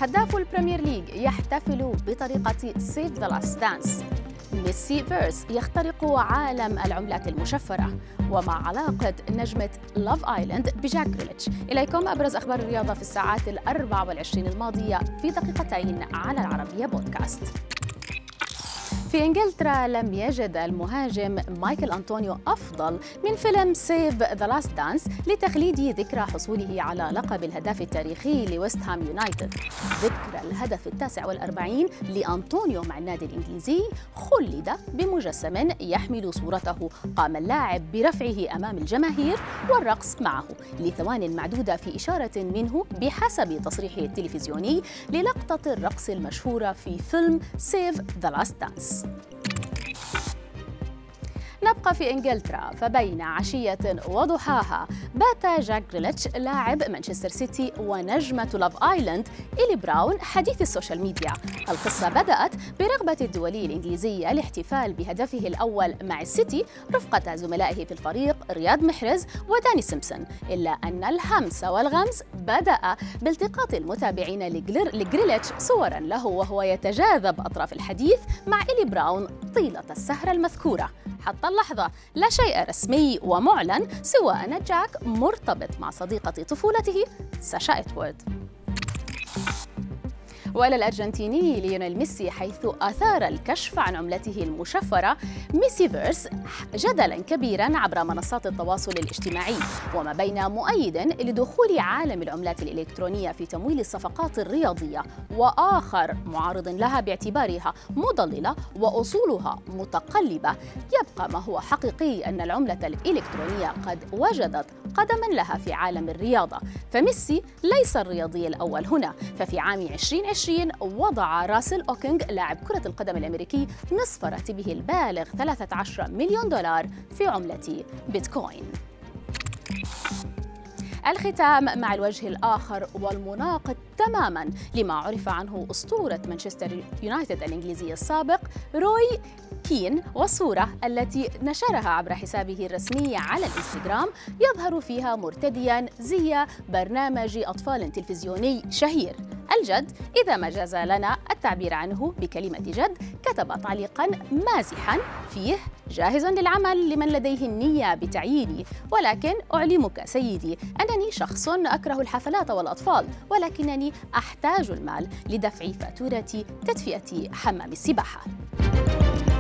هداف البريمير ليج يحتفل بطريقة سيف ذا لاست دانس. ميسي فيرس يخترق عالم العملات المشفرة. ومع علاقة نجمة لاف آيلاند بجاك جريليتش. إليكم أبرز أخبار الرياضة في الساعات 24 الماضية في دقيقتين على العربية بودكاست. في إنجلترا لم يجد المهاجم مايكل أنطونيو أفضل من فيلم سيف ذا لاست دانس لتخليد ذكرى حصوله على لقب الهداف التاريخي لويست هام يونايتد. ذكرى الهدف 49 لأنطونيو مع النادي الإنجليزي خلد بمجسم يحمل صورته. قام اللاعب برفعه أمام الجماهير والرقص معه لثوان معدودة في إشارة منه بحسب تصريحه التلفزيوني للقطة الرقص المشهورة في فيلم سيف ذا لاست دانس. نبقى في إنجلترا، فبين عشية وضحاها بات جاك جريليتش لاعب مانشستر سيتي ونجمة لاف آيلاند إلي براون حديث السوشيال ميديا. القصة بدأت برغبة الدولي الإنجليزي الاحتفال بهدفه الأول مع السيتي رفقة زملائه في الفريق رياض محرز وداني سيمبسون، إلا أن الهمس والغمز بدأ بالتقاط المتابعين لجريليتش صورا له وهو يتجاذب أطراف الحديث مع إلي براون طيلة السهرة المذكورة. حتى اللحظة لا شيء رسمي ومعلن سوى أن جاك مرتبط مع صديقة طفولته ساشا إتوارد. وإلى الأرجنتيني ليونيل ميسي، حيث أثار الكشف عن عملته المشفرة ميسي فيرس جدلاً كبيراً عبر منصات التواصل الاجتماعي، وما بين مؤيد لدخول عالم العملات الإلكترونية في تمويل الصفقات الرياضية وآخر معارض لها باعتبارها مضللة وأصولها متقلبة. يبقى ما هو حقيقي أن العملة الإلكترونية قد وجدت قدماً لها في عالم الرياضة، فميسي ليس الرياضي الأول هنا. ففي عام 2020 وضع راسل أوكينغ لاعب كرة القدم الأمريكي نصف راتبه البالغ 13 مليون دولار في عملة بيتكوين. الختام مع الوجه الآخر والمناقض تماماً لما عرف عنه أسطورة مانشستر يونايتد الإنجليزي السابق روي كين، والصورة التي نشرها عبر حسابه الرسمي على الإنستغرام يظهر فيها مرتدياً زي برنامج أطفال تلفزيوني شهير. الجد إذا ما جاز لنا التعبير عنه بكلمة جد، كتب تعليقاً مازحاً فيه: جاهز للعمل لمن لديه النية بتعييني، ولكن أعلمك سيدي أنني شخص أكره الحفلات والأطفال، ولكنني أحتاج المال لدفع فاتورة تدفئة حمام السباحة.